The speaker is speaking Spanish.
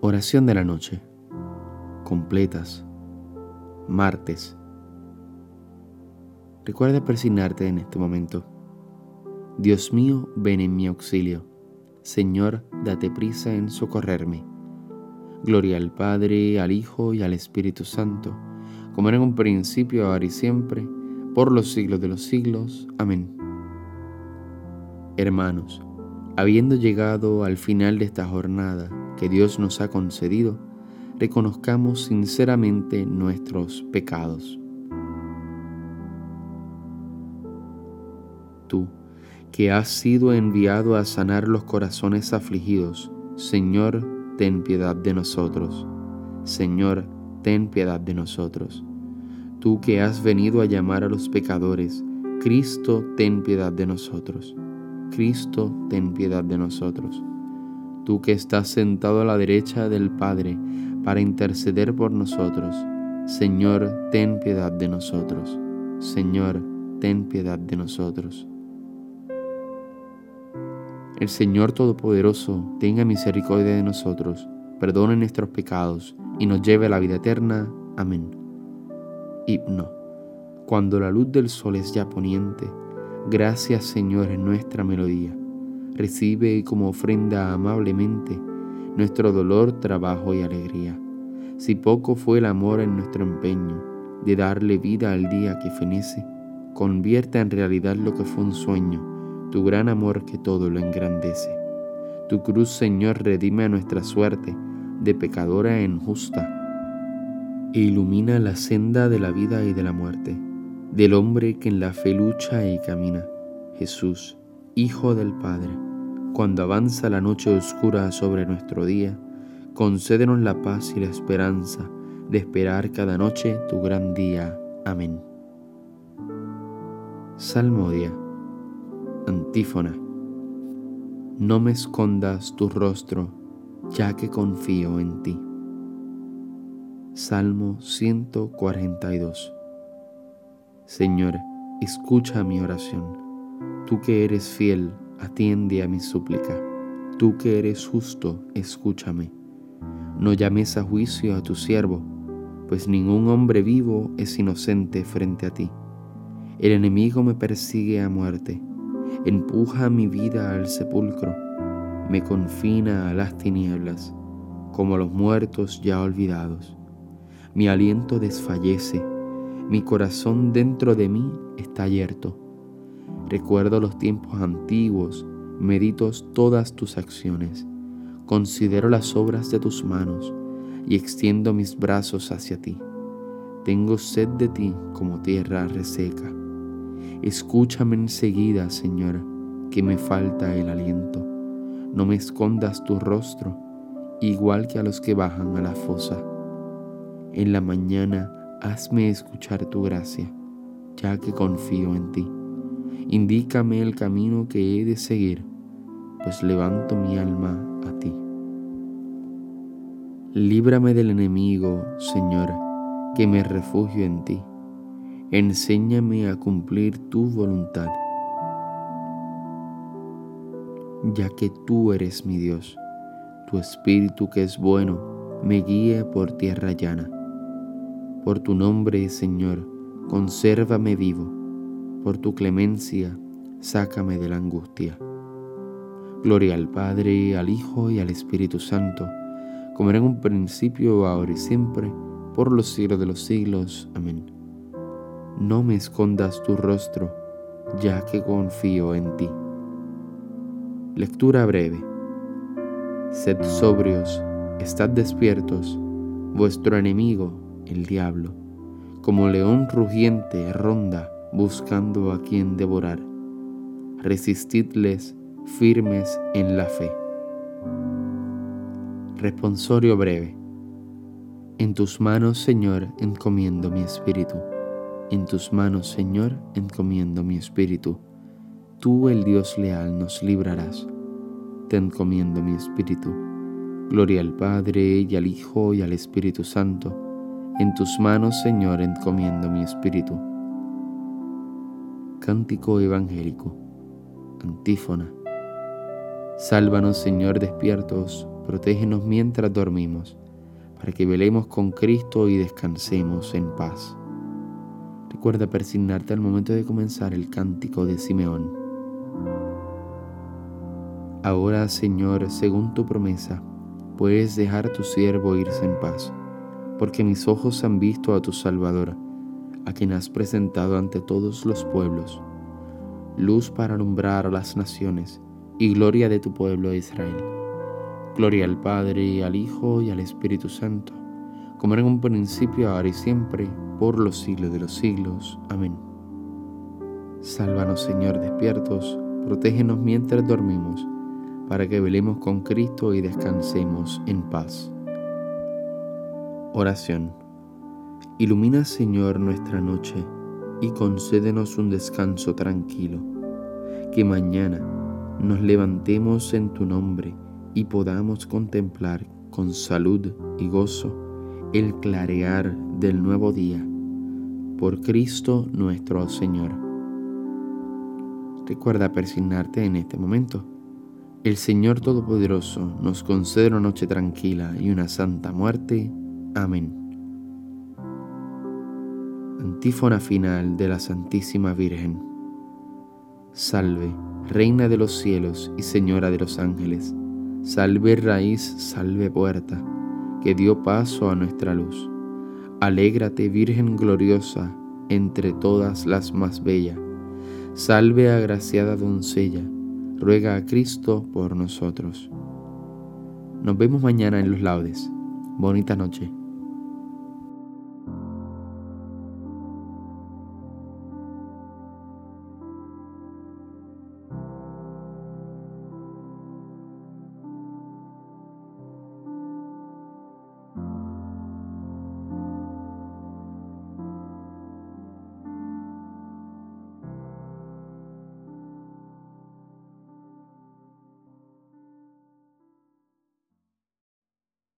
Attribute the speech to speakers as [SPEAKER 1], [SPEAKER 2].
[SPEAKER 1] Oración de la noche. Completas. Martes. Recuerda persignarte en este momento. Dios mío, ven en mi auxilio. Señor, date prisa en socorrerme. Gloria al Padre, al Hijo y al Espíritu Santo, como era en un principio, ahora y siempre, por los siglos de los siglos. Amén. Hermanos, habiendo llegado al final de esta jornada que Dios nos ha concedido, reconozcamos sinceramente nuestros pecados. Tú, que has sido enviado a sanar los corazones afligidos, Señor, ten piedad de nosotros. Señor, ten piedad de nosotros. Tú que has venido a llamar a los pecadores, Cristo, ten piedad de nosotros. Cristo, ten piedad de nosotros. Tú que estás sentado a la derecha del Padre para interceder por nosotros, Señor, ten piedad de nosotros. Señor, ten piedad de nosotros. El Señor Todopoderoso tenga misericordia de nosotros, perdone nuestros pecados y nos lleve a la vida eterna. Amén. Himno. Cuando la luz del sol es ya poniente, gracias, Señor, en nuestra melodía. Recibe como ofrenda amablemente nuestro dolor, trabajo y alegría. Si poco fue el amor en nuestro empeño de darle vida al día que fenece, convierta en realidad lo que fue un sueño, tu gran amor que todo lo engrandece. Tu cruz, Señor, redime a nuestra suerte de pecadora en justa, e ilumina la senda de la vida y de la muerte, del hombre que en la fe lucha y camina. Jesús, Hijo del Padre, cuando avanza la noche oscura sobre nuestro día, concédenos la paz y la esperanza de esperar cada noche tu gran día. Amén. Salmodia. Antífona. No me escondas tu rostro, ya que confío en ti. Salmo 142. Señor, escucha mi oración. Tú que eres fiel, atiende a mi súplica. Tú que eres justo, escúchame. No llames a juicio a tu siervo, pues ningún hombre vivo es inocente frente a ti. El enemigo me persigue a muerte, empuja mi vida al sepulcro, me confina a las tinieblas, como a los muertos ya olvidados. Mi aliento desfallece, mi corazón dentro de mí está yerto. Recuerdo los tiempos antiguos, medito todas tus acciones, considero las obras de tus manos y extiendo mis brazos hacia ti. Tengo sed de ti como tierra reseca. Escúchame enseguida, Señor, que me falta el aliento. No me escondas tu rostro, igual que a los que bajan a la fosa. En la mañana hazme escuchar tu gracia, ya que confío en ti. Indícame el camino que he de seguir, pues levanto mi alma a ti. Líbrame del enemigo, Señor, que me refugio en ti. Enséñame a cumplir tu voluntad, ya que tú eres mi Dios. Tu Espíritu, que es bueno, me guíe por tierra llana. Por tu nombre, Señor, consérvame vivo. Por tu clemencia, sácame de la angustia. Gloria al Padre, al Hijo y al Espíritu Santo, como era en un principio, ahora y siempre, por los siglos de los siglos. Amén. No me escondas tu rostro, ya que confío en ti. Lectura breve. Sed sobrios, estad despiertos, vuestro enemigo, el diablo, como león rugiente ronda buscando a quien devorar. Resistidles firmes en la fe. Responsorio breve. En tus manos, Señor, encomiendo mi espíritu. En tus manos, Señor, encomiendo mi espíritu. Tú, el Dios leal, nos librarás. Te encomiendo mi espíritu. Gloria al Padre, y al Hijo, y al Espíritu Santo. En tus manos, Señor, encomiendo mi espíritu. Cántico evangélico. Antífona. Sálvanos, Señor, despiertos, protégenos mientras dormimos, para que velemos con Cristo y descansemos en paz. Recuerda persignarte al momento de comenzar el cántico de Simeón. Ahora, Señor, según tu promesa, puedes dejar a tu siervo irse en paz, porque mis ojos han visto a tu Salvador, a quien has presentado ante todos los pueblos, luz para alumbrar a las naciones y gloria de tu pueblo Israel. Gloria al Padre, al Hijo y al Espíritu Santo, como era en un principio, ahora y siempre, por los siglos de los siglos. Amén. Sálvanos, Señor, despiertos, protégenos mientras dormimos, para que velemos con Cristo y descansemos en paz. Oración. Ilumina, Señor, nuestra noche y concédenos un descanso tranquilo, que mañana nos levantemos en tu nombre y podamos contemplar con salud y gozo el clarear del nuevo día. Por Cristo nuestro Señor. Recuerda persignarte en este momento. El Señor Todopoderoso nos concede una noche tranquila y una santa muerte. Amén. Antífona final de la Santísima Virgen. Salve, Reina de los cielos y Señora de los ángeles. Salve raíz, salve puerta, que dio paso a nuestra luz. Alégrate, Virgen gloriosa, entre todas las más bellas. Salve, agraciada doncella, ruega a Cristo por nosotros. Nos vemos mañana en los laudes. Bonita noche.